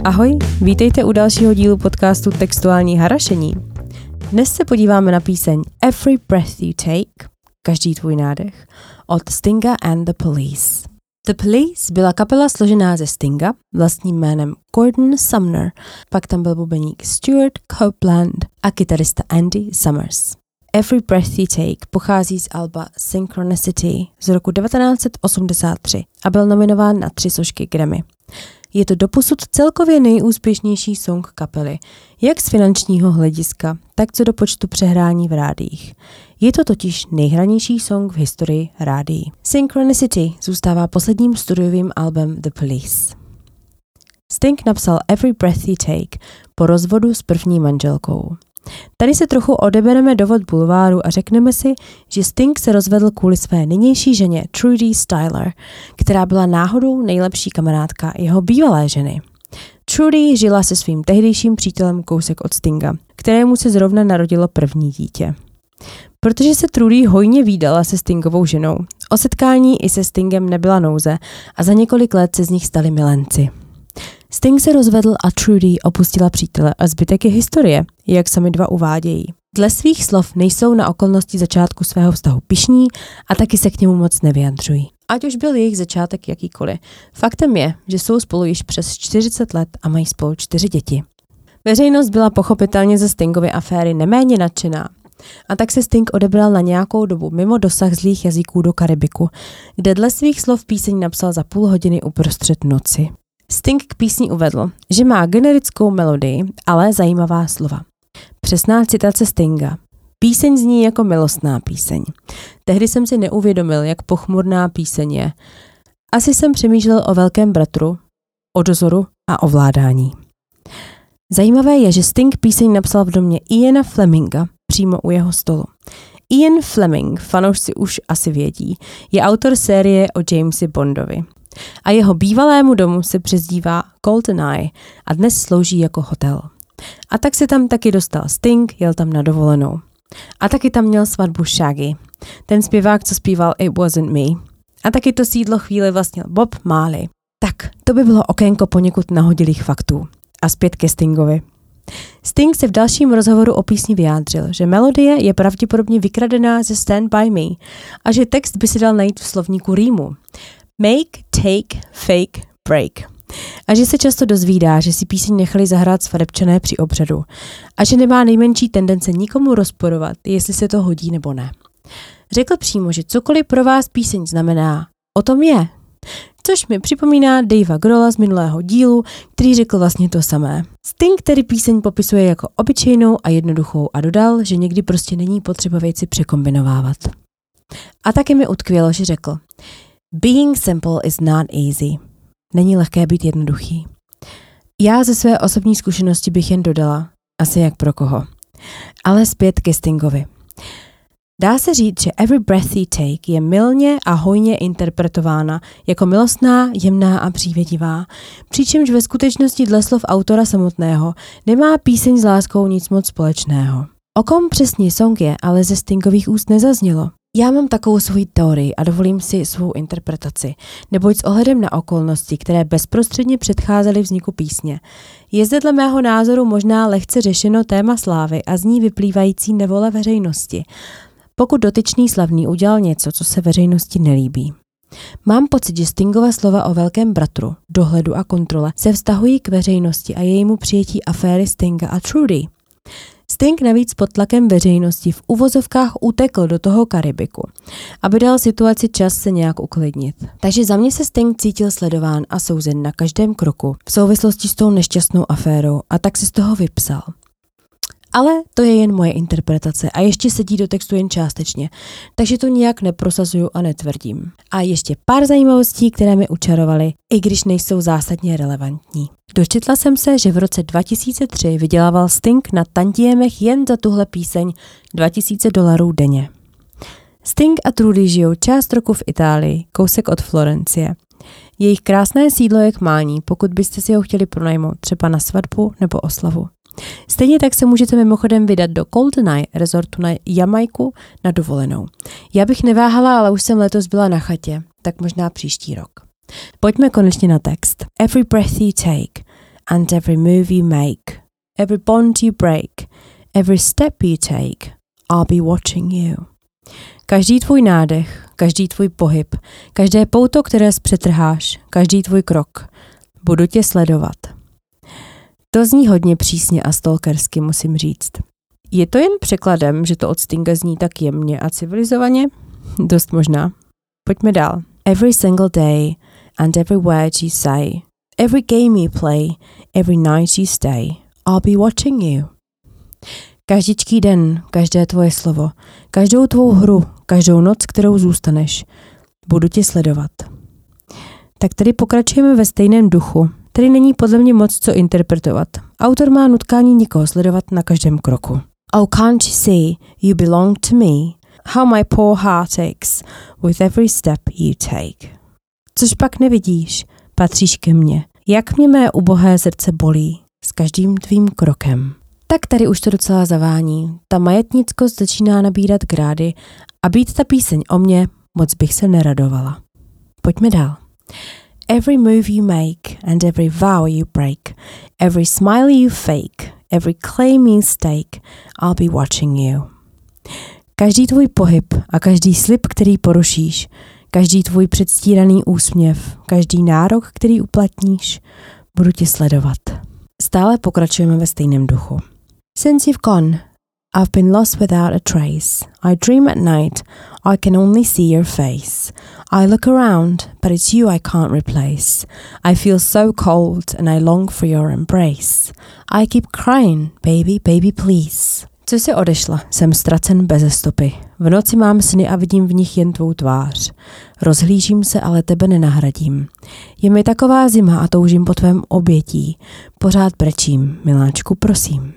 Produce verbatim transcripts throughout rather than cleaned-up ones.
Ahoj, vítejte u dalšího dílu podcastu Textuální harašení. Dnes se podíváme na píseň Every Breath You Take, každý tvůj nádech, od Stinga and the Police. The Police byla kapela složená ze Stinga, vlastním jménem Gordon Sumner, pak tam byl bubeník Stuart Copeland a kytarista Andy Summers. Every Breath You Take pochází z alba Synchronicity z roku devatenáct set osmdesát tři a byl nominován na tři sošky Grammy. Je to doposud celkově nejúspěšnější song kapely, jak z finančního hlediska, tak co do počtu přehrání v rádiích. Je to totiž nejhranější song v historii rádií. Synchronicity zůstává posledním studiovým albem The Police. Sting napsal Every Breath You Take po rozvodu s první manželkou. Tady se trochu odebereme do vod bulváru a řekneme si, že Sting se rozvedl kvůli své nynější ženě Trudy Styler, která byla náhodou nejlepší kamarádka jeho bývalé ženy. Trudy žila se svým tehdejším přítelem kousek od Stinga, kterému se zrovna narodilo první dítě. Protože se Trudy hojně vídala se Stingovou ženou, o setkání i se Stingem nebyla nouze a za několik let se z nich stali milenci. Sting se rozvedl a Trudy opustila přítele a zbytek je historie, jak sami dva uvádějí. Dle svých slov nejsou na okolnosti začátku svého vztahu pyšní a taky se k němu moc nevyjadřují. Ať už byl jejich začátek jakýkoliv. Faktem je, že jsou spolu již přes čtyřicet let a mají spolu čtyři děti. Veřejnost byla pochopitelně ze Stingovy aféry neméně nadšená. A tak se Sting odebral na nějakou dobu mimo dosah zlých jazyků do Karibiku, kde dle svých slov píseň napsal za půl hodiny uprostřed noci. Sting k písni uvedl, že má generickou melodii, ale zajímavá slova. Přesná citace Stinga. Píseň zní jako milostná píseň. Tehdy jsem si neuvědomil, jak pochmurná píseň je. Asi jsem přemýšlel o velkém bratru, o dozoru a ovládání. Zajímavé je, že Sting píseň napsal v domě Iana Fleminga, přímo u jeho stolu. Ian Fleming, fanoušci už asi vědí, je autor série o Jamesi Bondovi. A jeho bývalému domu se přezdívá GoldenEye a dnes slouží jako hotel. A tak se tam taky dostal Sting, jel tam na dovolenou. A taky tam měl svatbu Shaggy, ten zpěvák, co zpíval It Wasn't Me. A taky to sídlo chvíli vlastnil Bob Marley. Tak, to by bylo okénko poněkud nahodilých faktů. A zpět ke Stingovi. Sting se v dalším rozhovoru o písni vyjádřil, že melodie je pravděpodobně vykradená ze Stand By Me a že text by se dal najít v slovníku rýmu. Make, take, fake, break. A že se často dozvídá, že si píseň nechali zahrát svadebčané při obřadu a že nemá nejmenší tendence nikomu rozporovat, jestli se to hodí nebo ne. Řekl přímo, že cokoliv pro vás píseň znamená, o tom je. Což mi připomíná Davea Grohla z minulého dílu, který řekl vlastně to samé. Sting tedy píseň popisuje jako obyčejnou a jednoduchou a dodal, že někdy prostě není potřeba věci překombinovávat. A taky mi utkvělo, že řekl: Being simple is not easy. Není lehké být jednoduchý. Já ze své osobní zkušenosti bych jen dodala, asi jak pro koho. Ale zpět ke Stingovi. Dá se říct, že Every Breath You Take je mylně a hojně interpretována jako milostná, jemná a přívětivá, přičemž ve skutečnosti dle slov autora samotného nemá píseň s láskou nic moc společného. O kom přesně song je, ale ze Stingových úst nezaznělo. Já mám takovou svoji teorii a dovolím si svou interpretaci, neboť s ohledem na okolnosti, které bezprostředně předcházely vzniku písně, je zde dle mého názoru možná lehce řešeno téma slávy a z ní vyplývající nevole veřejnosti, pokud dotyčný slavný udělal něco, co se veřejnosti nelíbí. Mám pocit, že Stingova slova o velkém bratru, dohledu a kontrole se vztahují k veřejnosti a jejímu přijetí aféry Stinga a Trudy. Sting navíc pod tlakem veřejnosti v uvozovkách utekl do toho Karibiku, aby dal situaci čas se nějak uklidnit. Takže za mě se Sting cítil sledován a souzen na každém kroku v souvislosti s tou nešťastnou aférou a tak se z toho vypsal. Ale to je jen moje interpretace a ještě sedí do textu jen částečně, takže to nijak neprosazuju a netvrdím. A ještě pár zajímavostí, které mi učarovaly, i když nejsou zásadně relevantní. Dočetla jsem se, že v roce dva tisíce tři vydělával Sting na tantiémech jen za tuhle píseň dva tisíce dolarů denně. Sting a Trudy žijou část roku v Itálii, kousek od Florencie. Jejich krásné sídlo je k mání, pokud byste si ho chtěli pronajmout třeba na svatbu nebo oslavu. Stejně tak se můžete mimochodem vydat do GoldenEye resortu na Jamajku na dovolenou. Já bych neváhala, ale už jsem letos byla na chatě, tak možná příští rok. Pojďme konečně na text. Every breath you take, and every move you make, every bond you break, every step you take, I'll be watching you. Každý tvůj nádech, každý tvůj pohyb, každé pouto, které zpřetrháš, každý tvůj krok, budu tě sledovat. To zní hodně přísně a stalkersky, musím říct. Je to jen překladem, že to od Stinga zní tak jemně a civilizovaně? Dost možná. Pojďme dál. Every single day and every word you say, every game you play, every night you stay, I'll be watching you. Každičký den, každé tvoje slovo, každou tvou hru, každou noc, kterou zůstaneš, budu tě sledovat. Tak tady pokračujeme ve stejném duchu. Tady není podle mě moc co interpretovat. Autor má nutkání někoho sledovat na každém kroku. Oh, can't you see, you belong to me, how my poor heart aches with every step you take. Což pak nevidíš, patříš ke mně. Jak mě mé ubohé srdce bolí s každým tvým krokem. Tak tady už to docela zavání. Ta majetnickost začíná nabírat grády a být ta píseň o mně, moc bych se neradovala. Pojďme dál. Every move you make and every vow you break, every smile you fake, every claim you stake, I'll be watching you. Každý tvůj pohyb a každý slib, který porušíš, každý tvůj předstíraný úsměv, každý nárok, který uplatníš, budu tě sledovat. Stále pokračujeme ve stejném duchu. Since you've gone, I've been lost without a trace. I dream at night, I can only see your face. I look around, but it's you I can't replace. I feel so cold and I long for your embrace. I keep crying, baby, baby, please. Co jsi odešla, jsem ztracen beze stopy. V noci mám sny a vidím v nich jen tvou tvář. Rozhlížím se, ale tebe nenahradím. Je mi taková zima a toužím po tvém obětí. Pořád brečím, miláčku, prosím.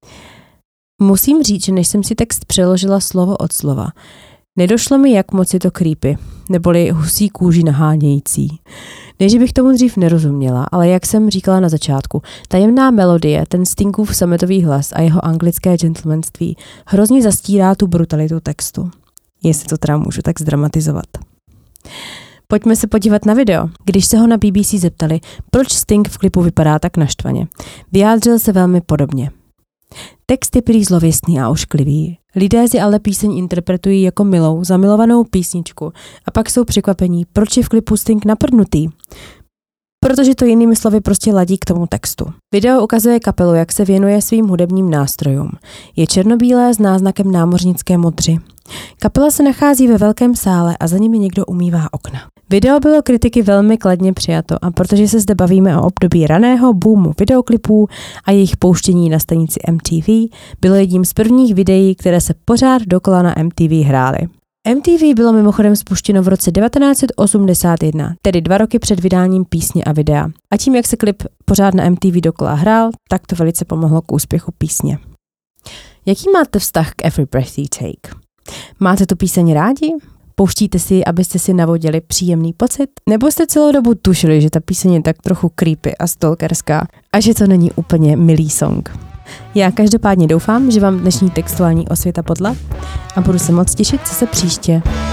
Musím říct, že než jsem si text přeložila slovo od slova, nedošlo mi, jak moc je to creepy, neboli husí kůži nahánějící. Ne, že bych tomu dřív nerozuměla, ale jak jsem říkala na začátku, tajemná melodie, ten Stingův sametový hlas a jeho anglické gentlemanství hrozně zastírá tu brutalitu textu. Jestli to teda můžu tak zdramatizovat. Pojďme se podívat na video. Když se ho na B B C zeptali, proč Sting v klipu vypadá tak naštvaně, vyjádřil se velmi podobně. Text je prý zlověstný a ošklivý. Lidé si ale píseň interpretují jako milou, zamilovanou písničku a pak jsou překvapení, proč je v klipu Sting naprdnutý. Protože to jinými slovy prostě ladí k tomu textu. Video ukazuje kapelu, jak se věnuje svým hudebním nástrojům. Je černobílé s náznakem námořnické modři. Kapela se nachází ve velkém sále a za nimi někdo umývá okna. Video bylo kritiky velmi kladně přijato a protože se zde bavíme o období raného boomu videoklipů a jejich pouštění na stanici M T V, bylo jedním z prvních videí, které se pořád dokola na M T V hrály. M T V bylo mimochodem spuštěno v roce devatenáct set osmdesát jedna, tedy dva roky před vydáním písně a videa. A tím, jak se klip pořád na M T V dokola hrál, tak to velice pomohlo k úspěchu písně. Jaký máte vztah k Every Breath You Take? Máte tu píseň rádi? Pouštíte si ji, abyste si navodili příjemný pocit? Nebo jste celou dobu tušili, že ta píseň je tak trochu creepy a stalkerská a že to není úplně milý song? Já každopádně doufám, že vám dnešní textuální osvěta podla a budu se moc těšit, co se příště.